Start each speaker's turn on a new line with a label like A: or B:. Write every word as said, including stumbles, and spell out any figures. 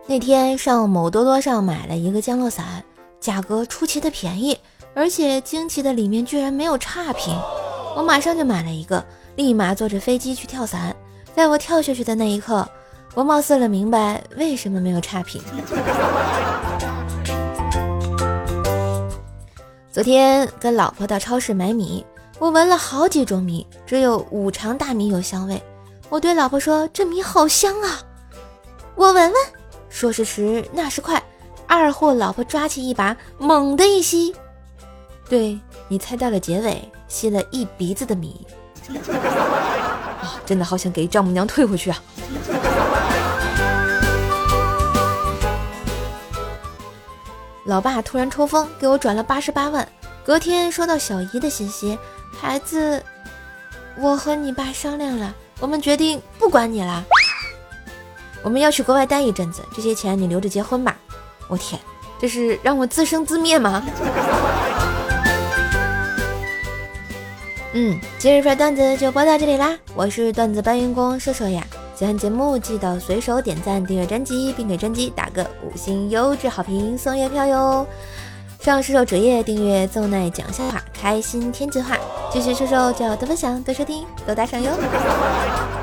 A: 那天上某多多上买了一个降落伞，价格出奇的便宜，而且惊奇的里面居然没有差评。我马上就买了一个，立马坐着飞机去跳伞。在我跳下去的那一刻，我貌似了明白为什么没有差评。昨天跟老婆到超市买米，我闻了好几种米，只有五常大米有香味。我对老婆说，这米好香啊，我闻闻。说时迟那时快，二货老婆抓起一把，猛地一吸，对，你猜到了结尾，吸了一鼻子的米。啊，真的好想给丈母娘退回去啊。老爸突然抽风给我转了八十八万，隔天收到小姨的信息，孩子，我和你爸商量了，我们决定不管你啦，我们要去国外待一阵子，这些钱你留着结婚吧。我天，这是让我自生自灭吗？嗯，今日份段子就播到这里啦，我是段子搬运工射手呀。喜欢节目记得随手点赞订阅专辑，并给专辑打个五星优质好评送月票哟。上射手主页订阅奏奈讲笑话开心天计划，继续射手就要多分享多收听多打赏哟。